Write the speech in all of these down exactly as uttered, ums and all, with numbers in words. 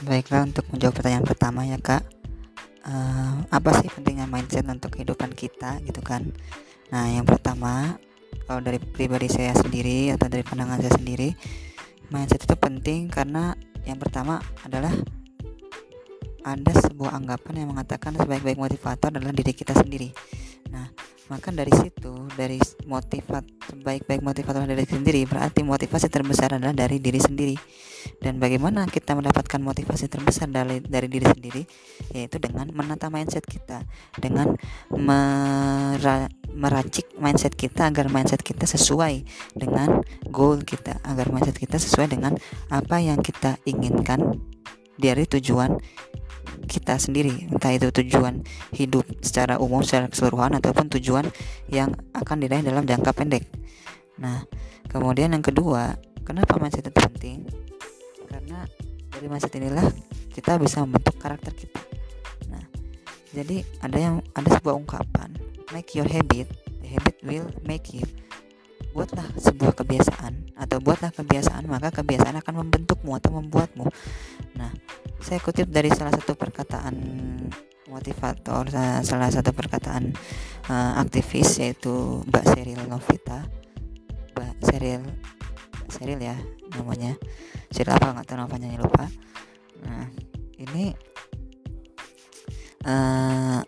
Baiklah, untuk menjawab pertanyaan pertama ya Kak, eh, apa sih pentingnya mindset untuk kehidupan kita gitu kan? Nah, yang pertama, kalau dari pribadi saya sendiri atau dari pandangan saya sendiri, mindset itu penting karena yang pertama adalah ada sebuah anggapan yang mengatakan sebaik-baik motivator adalah diri kita sendiri. Nah, maka dari situ, dari motivat sebaik-baik motivator dari diri sendiri, berarti motivasi terbesar adalah dari diri sendiri. Dan bagaimana kita mendapatkan motivasi terbesar dari, dari diri sendiri? Yaitu dengan menata mindset kita, dengan mera, meracik mindset kita agar mindset kita sesuai dengan goal kita, agar mindset kita sesuai dengan apa yang kita inginkan dari tujuan kita sendiri, entah itu tujuan hidup secara umum, secara keseluruhan, ataupun tujuan yang akan diraih dalam jangka pendek. Nah, kemudian yang kedua, kenapa mindset itu penting? Karena dari mindset inilah kita bisa membentuk karakter kita. Nah, jadi ada yang ada sebuah ungkapan, make your habit, the habit will make you. Buatlah sebuah kebiasaan atau buatlah kebiasaan, maka kebiasaan akan membentukmu atau membuatmu. Nah, saya kutip dari salah satu perkataan motivator, salah satu perkataan uh, aktivis, yaitu Mbak Sheryl Novita, Mbak Sheryl, Sheryl ya namanya, Sheryl apa nggak tahu namanya, lupa. Nah, ini uh,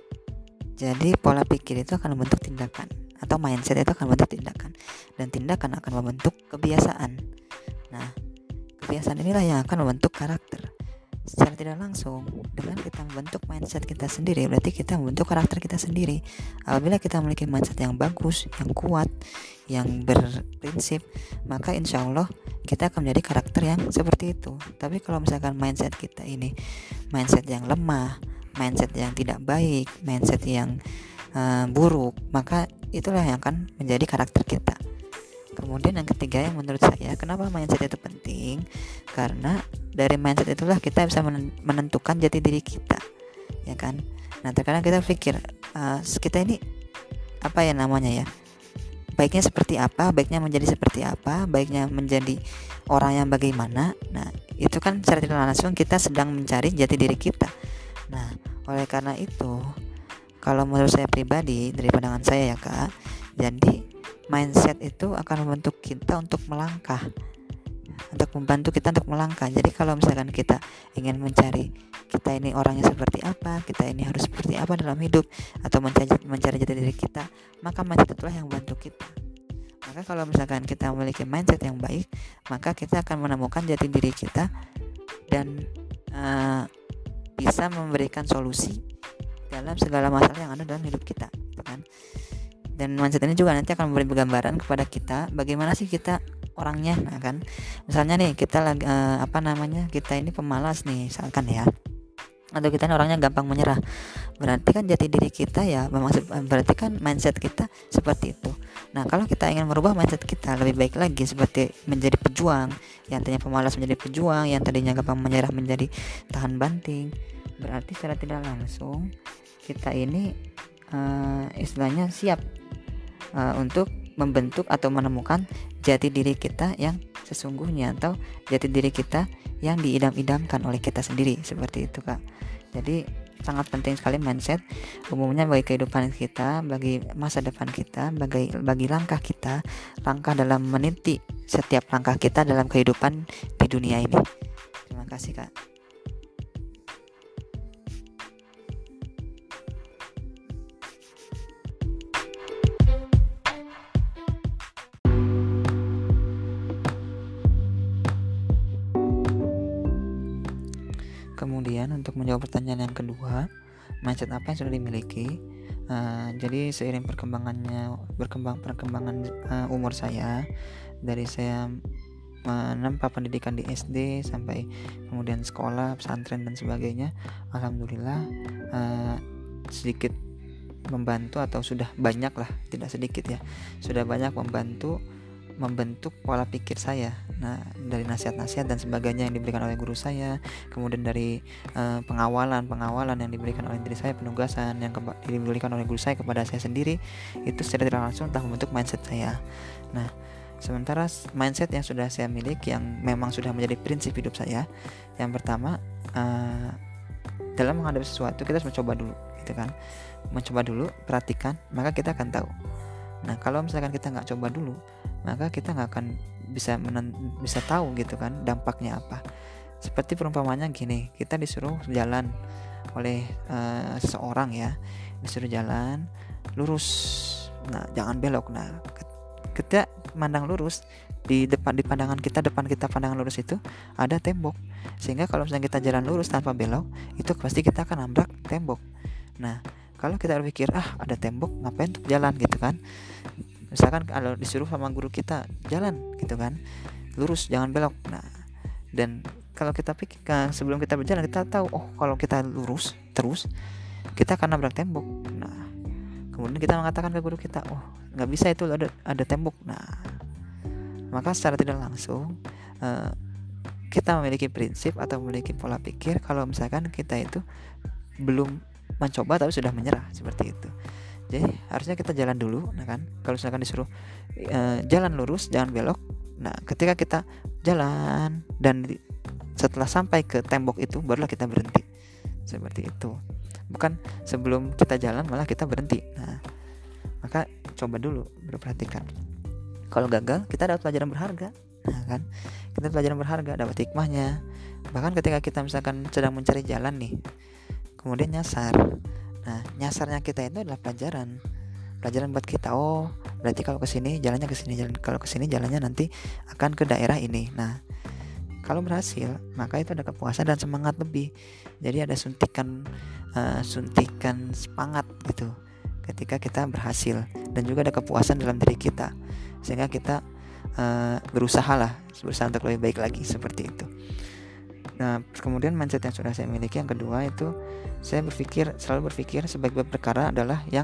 jadi pola pikir itu akan membentuk tindakan, atau mindset itu akan membentuk tindakan, dan tindakan akan membentuk kebiasaan. Nah, kebiasaan inilah yang akan membentuk karakter. Secara tidak langsung, dengan kita membentuk mindset kita sendiri, berarti kita membentuk karakter kita sendiri. Apabila kita memiliki mindset yang bagus, yang kuat, yang berprinsip, maka insya Allah kita akan menjadi karakter yang seperti itu. Tapi kalau misalkan mindset kita ini mindset yang lemah, mindset yang tidak baik, mindset yang uh, buruk, maka itulah yang akan menjadi karakter kita. Kemudian yang ketiga, yang menurut saya kenapa mindset itu penting, karena dari mindset itulah kita bisa menentukan jati diri kita, ya kan. Nah, terkadang kita pikir uh, kita ini apa ya namanya ya, baiknya seperti apa, baiknya menjadi seperti apa, baiknya menjadi orang yang bagaimana. Nah, itu kan secara tidak langsung kita sedang mencari jati diri kita. Nah, oleh karena itu, kalau menurut saya pribadi, dari pandangan saya ya Kak, jadi mindset itu akan membentuk kita untuk melangkah, untuk membantu kita untuk melangkah. Jadi kalau misalkan kita ingin mencari kita ini orangnya seperti apa, kita ini harus seperti apa dalam hidup, atau mencari, mencari jati diri kita, maka mindset itulah yang membantu kita. Maka kalau misalkan kita memiliki mindset yang baik, maka kita akan menemukan jati diri kita dan uh, bisa memberikan solusi dalam segala masalah yang ada dalam hidup kita, gitu kan. Dan mindset ini juga nanti akan memberi gambaran kepada kita bagaimana sih kita orangnya. Nah kan, misalnya nih kita lagi eh, apa namanya kita ini pemalas nih, misalkan ya, atau kita ini orangnya gampang menyerah, berarti kan jati diri kita ya memang, berarti kan mindset kita seperti itu. Nah, kalau kita ingin merubah mindset kita lebih baik lagi, seperti menjadi pejuang, yang tadinya pemalas menjadi pejuang, yang tadinya gampang menyerah menjadi tahan banting, berarti secara tidak langsung kita ini uh, istilahnya siap Uh, untuk membentuk atau menemukan jati diri kita yang sesungguhnya, atau jati diri kita yang diidam-idamkan oleh kita sendiri, seperti itu Kak. Jadi sangat penting sekali mindset umumnya bagi kehidupan kita, bagi masa depan kita, bagi bagi langkah kita, langkah dalam meniti setiap langkah kita dalam kehidupan di dunia ini. Terima kasih Kak. Kemudian untuk menjawab pertanyaan yang kedua, mindset apa yang sudah dimiliki? Uh, jadi seiring perkembangannya berkembang perkembangan uh, umur saya, dari saya menempuh pendidikan di S D sampai kemudian sekolah, pesantren dan sebagainya, alhamdulillah uh, sedikit membantu, atau sudah banyak lah, tidak sedikit ya, sudah banyak membantu membentuk pola pikir saya. Nah, dari nasihat-nasihat dan sebagainya yang diberikan oleh guru saya, kemudian dari uh, pengawalan pengawalan yang diberikan oleh diri saya, penugasan yang ke- diberikan oleh guru saya kepada saya sendiri, itu secara tidak langsung telah membentuk mindset saya. Nah, Sementara mindset yang sudah saya miliki, yang memang sudah menjadi prinsip hidup saya, yang pertama, uh, dalam menghadapi sesuatu kita harus mencoba dulu, gitu kan? Mencoba dulu, perhatikan, maka kita akan tahu. Nah, kalau misalkan kita nggak coba dulu, maka kita nggak akan bisa menen- bisa tahu, gitu kan, dampaknya apa. Seperti perumpamannya gini, kita disuruh jalan oleh uh, seseorang ya, disuruh jalan lurus, nah jangan belok. Nah, kita mandang lurus, di depan di pandangan kita depan kita pandangan lurus itu ada tembok, sehingga kalau misalnya kita jalan lurus tanpa belok, itu pasti kita akan nabrak tembok. Nah, kalau kita berpikir ah ada tembok, ngapain tuh jalan, gitu kan. Misalkan kalau disuruh sama guru kita jalan, gitu kan, lurus jangan belok. Nah, dan kalau kita pikirkan sebelum kita berjalan, kita tahu oh kalau kita lurus terus kita akan nabrak tembok. Nah, kemudian kita mengatakan ke guru kita, oh nggak bisa, itu ada ada tembok. Nah, maka secara tidak langsung uh, kita memiliki prinsip atau memiliki pola pikir kalau misalkan kita itu belum mencoba tapi sudah menyerah, seperti itu. Jadi harusnya kita jalan dulu, nah kan. Kalau misalkan disuruh uh, jalan lurus jangan belok, nah ketika kita jalan dan di, setelah sampai ke tembok itu barulah kita berhenti, seperti itu. Bukan sebelum kita jalan malah kita berhenti. Nah, maka coba dulu, berperhatikan. Kalau gagal, kita dapat pelajaran berharga. Nah, kan? Kita pelajaran berharga, dapat hikmahnya. Bahkan ketika kita misalkan sedang mencari jalan nih, kemudian nyasar. Nah, nyasarnya kita itu adalah pelajaran. Pelajaran buat kita, oh, berarti kalau ke sini jalannya ke sini, jalan kalau ke sini jalannya nanti akan ke daerah ini. Nah, kalau berhasil, maka itu ada kepuasan dan semangat lebih. Jadi ada suntikan uh, suntikan semangat gitu ketika kita berhasil, dan juga ada kepuasan dalam diri kita, sehingga kita uh, berusaha lah, berusaha untuk lebih baik lagi, seperti itu. Nah, kemudian mindset yang sudah saya miliki yang kedua itu, saya berpikir selalu berpikir sebaik perkara adalah yang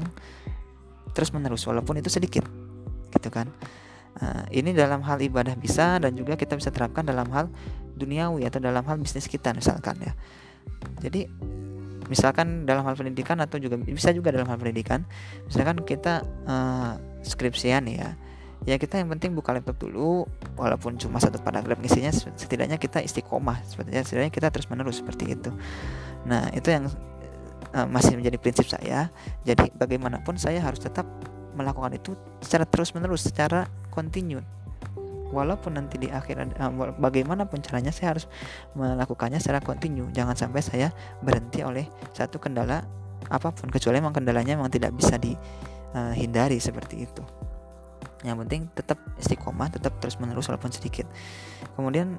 terus menerus walaupun itu sedikit, gitu kan. Uh, ini dalam hal ibadah bisa, dan juga kita bisa terapkan dalam hal duniawi atau dalam hal bisnis kita misalkan ya. Jadi misalkan dalam hal pendidikan, atau juga bisa juga dalam hal pendidikan, misalkan kita uh, skripsian ya, ya kita yang penting buka laptop dulu, walaupun cuma satu paragraf isinya, setidaknya kita istiqomah, sepertinya setidaknya kita terus menerus, seperti itu. Nah, itu yang uh, masih menjadi prinsip saya. Jadi bagaimanapun saya harus tetap melakukan itu secara terus menerus, secara continue, walaupun nanti di akhir uh, bagaimanapun caranya saya harus melakukannya secara continue. Jangan sampai saya berhenti oleh satu kendala apapun, kecuali memang kendalanya memang tidak bisa dihindari, uh, seperti itu. Yang penting tetap istiqomah, tetap terus menerus walaupun sedikit. Kemudian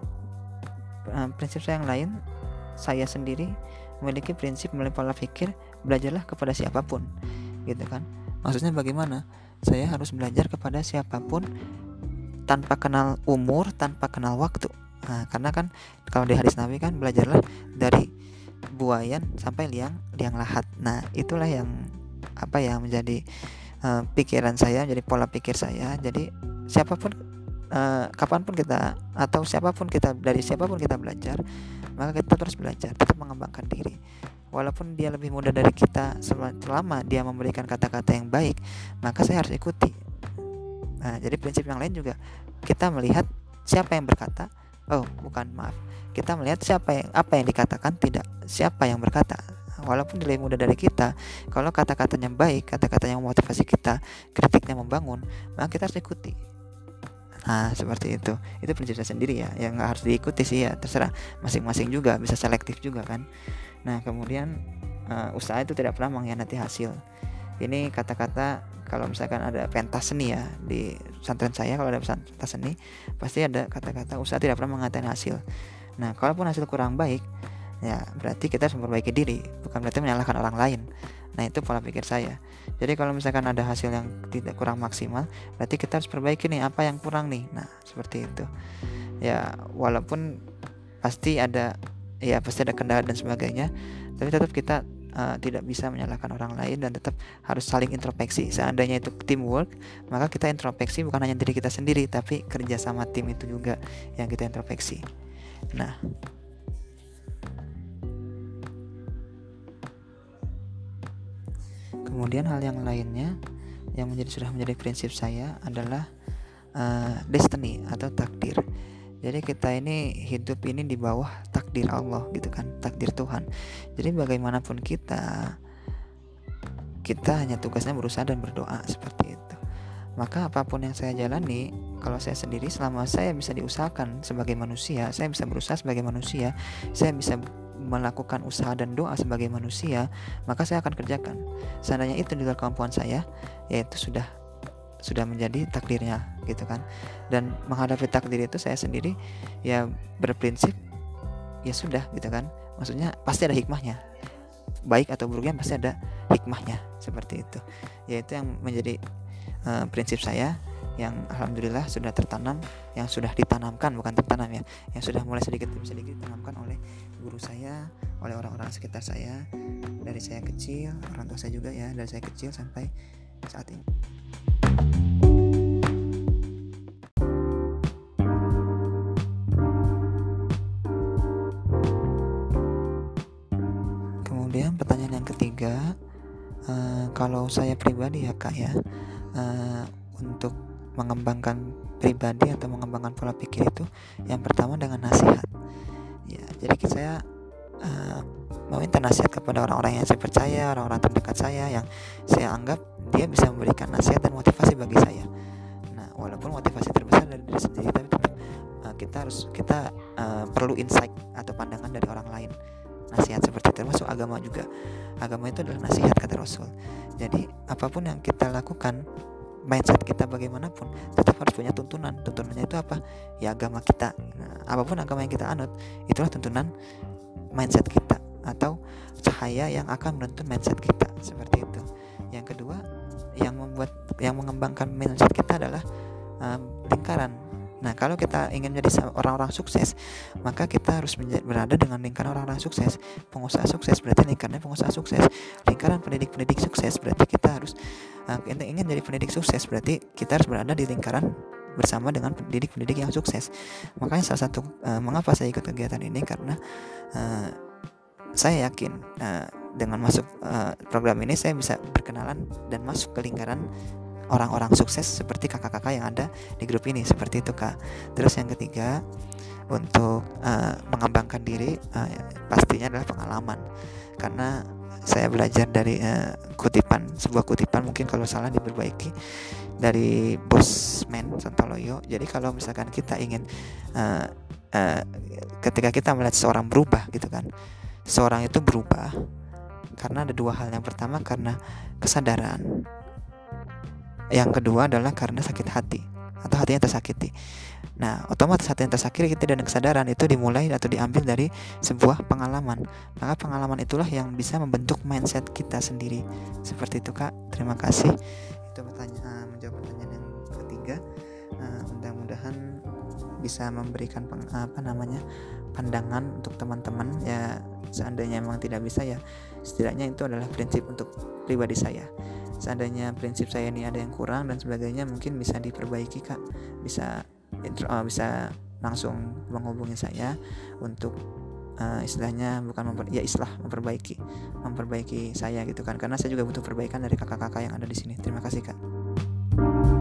uh, prinsip saya yang lain, saya sendiri memiliki prinsip melalui pola pikir, belajarlah kepada siapapun, gitu kan. Maksudnya bagaimana? Saya harus belajar kepada siapapun tanpa kenal umur, tanpa kenal waktu. Nah, karena kan kalau di hadis Nabi kan, belajarlah dari buayan sampai liang liang lahat. Nah, itulah yang apa ya menjadi uh, pikiran saya, jadi pola pikir saya. Jadi siapapun, uh, kapanpun kita atau siapapun kita, dari siapapun kita belajar, maka kita terus belajar, tetap mengembangkan diri. Walaupun dia lebih muda dari kita, selama dia memberikan kata-kata yang baik, maka saya harus ikuti. Nah, jadi prinsip yang lain juga, kita melihat siapa yang berkata, oh bukan maaf, kita melihat siapa yang apa yang dikatakan, tidak siapa yang berkata. Walaupun dia lebih muda dari kita, kalau kata-katanya baik, kata-katanya memotivasi kita, kritiknya membangun, maka kita harus ikuti. Nah, seperti itu. Itu prinsip saya sendiri ya, yang nggak harus diikuti sih ya, terserah masing-masing juga, bisa selektif juga kan. Nah, kemudian uh, usaha itu tidak pernah mengkhianati hasil. Ini kata-kata kalau misalkan ada pentas seni ya, di pesantren saya kalau ada pentas seni pasti ada kata-kata usaha tidak pernah mengkhianati hasil. Nah, kalaupun hasil kurang baik, ya berarti kita harus memperbaiki diri, bukan berarti menyalahkan orang lain. Nah, itu pola pikir saya. Jadi kalau misalkan ada hasil yang tidak kurang maksimal, berarti kita harus perbaiki nih apa yang kurang nih. Nah, seperti itu. Ya, walaupun pasti ada ya pasti ada kendala dan sebagainya, tapi tetap kita uh, tidak bisa menyalahkan orang lain, dan tetap harus saling introspeksi. Seandainya itu teamwork, maka kita introspeksi bukan hanya diri kita sendiri, tapi kerja sama tim itu juga yang kita introspeksi. Nah, kemudian hal yang lainnya yang menjadi sudah menjadi prinsip saya adalah uh, destiny atau takdir. Jadi kita ini hidup ini di bawah takdir Allah gitu kan, takdir Tuhan. Jadi bagaimanapun kita kita hanya tugasnya berusaha dan berdoa seperti itu. Maka apapun yang saya jalani, kalau saya sendiri, selama saya bisa diusahakan sebagai manusia, saya bisa berusaha sebagai manusia, saya bisa melakukan usaha dan doa sebagai manusia, maka saya akan kerjakan. Seandainya itu di luar kemampuan saya, yaitu sudah sudah menjadi takdirnya gitu kan. Dan menghadapi takdir itu saya sendiri ya berprinsip ya sudah gitu kan. Maksudnya pasti ada hikmahnya. Baik atau buruknya pasti ada hikmahnya seperti itu. Yaitu yang menjadi uh, prinsip saya yang alhamdulillah sudah tertanam, yang sudah ditanamkan, bukan tertanam ya, yang sudah mulai sedikit demi sedikit ditanamkan oleh guru saya, oleh orang-orang sekitar saya dari saya kecil, orang tua saya juga ya, dari saya kecil sampai saat ini. Kemudian pertanyaan yang ketiga, uh, kalau saya pribadi ya kak ya, uh, untuk mengembangkan pribadi atau mengembangkan pola pikir itu yang pertama dengan nasihat ya. Jadi saya uh, meminta nasihat kepada orang-orang yang saya percaya, orang-orang terdekat saya yang saya anggap dia bisa memberikan nasihat dan motivasi bagi saya. Nah, walaupun motivasi terbesar dari diri sendiri, tapi tetap uh, kita harus kita uh, perlu insight atau pandangan dari orang lain. Nasihat seperti itu, termasuk agama juga. Agama itu adalah nasihat kata Rasul. Jadi apapun yang kita lakukan, mindset kita bagaimanapun tetap harus punya tuntunan. Tuntunannya itu apa? Ya agama kita. Nah, apapun agama yang kita anut, itulah tuntunan mindset kita atau cahaya yang akan menuntun mindset kita seperti itu. Yang kedua, yang membuat yang mengembangkan mindset kita adalah um, lingkaran. Nah, kalau kita ingin menjadi orang-orang sukses, maka kita harus berada dengan lingkaran orang-orang sukses. Pengusaha sukses berarti lingkarannya pengusaha sukses. Lingkaran pendidik-pendidik sukses berarti kita harus uh, ingin jadi pendidik sukses, berarti kita harus berada di lingkaran bersama dengan pendidik-pendidik yang sukses. Makanya salah satu uh, mengapa saya ikut kegiatan ini karena uh, saya yakin uh, dengan masuk uh, program ini saya bisa berkenalan dan masuk ke lingkaran orang-orang sukses seperti kakak-kakak yang ada di grup ini, seperti itu kak. Terus yang ketiga, untuk uh, mengembangkan diri uh, pastinya adalah pengalaman, karena saya belajar dari uh, kutipan, sebuah kutipan mungkin kalau salah diperbaiki, dari Bosman Sontoloyo. Jadi kalau misalkan kita ingin uh, uh, ketika kita melihat seorang berubah gitu kan, seorang itu berubah karena ada dua hal. Yang pertama karena kesadaran, yang kedua adalah karena sakit hati atau hatinya tersakiti. Nah, otomatis hati yang tersakiti dan kesadaran itu dimulai atau diambil dari sebuah pengalaman. Maka pengalaman itulah yang bisa membentuk mindset kita sendiri. Seperti itu kak. Terima kasih. Itu pertanyaan, menjawab pertanyaan yang ketiga. Uh, mudah-mudahan bisa memberikan peng, apa namanya pandangan untuk teman-teman ya. Seandainya memang tidak bisa ya, setidaknya itu adalah prinsip untuk pribadi saya. Seandainya prinsip saya ini ada yang kurang dan sebagainya, mungkin bisa diperbaiki kak, bisa intro, uh, bisa langsung menghubungi saya untuk uh, istilahnya bukan memper, ya islah memperbaiki memperbaiki saya gitu kan, karena saya juga butuh perbaikan dari kakak-kakak yang ada di sini. Terima kasih kak.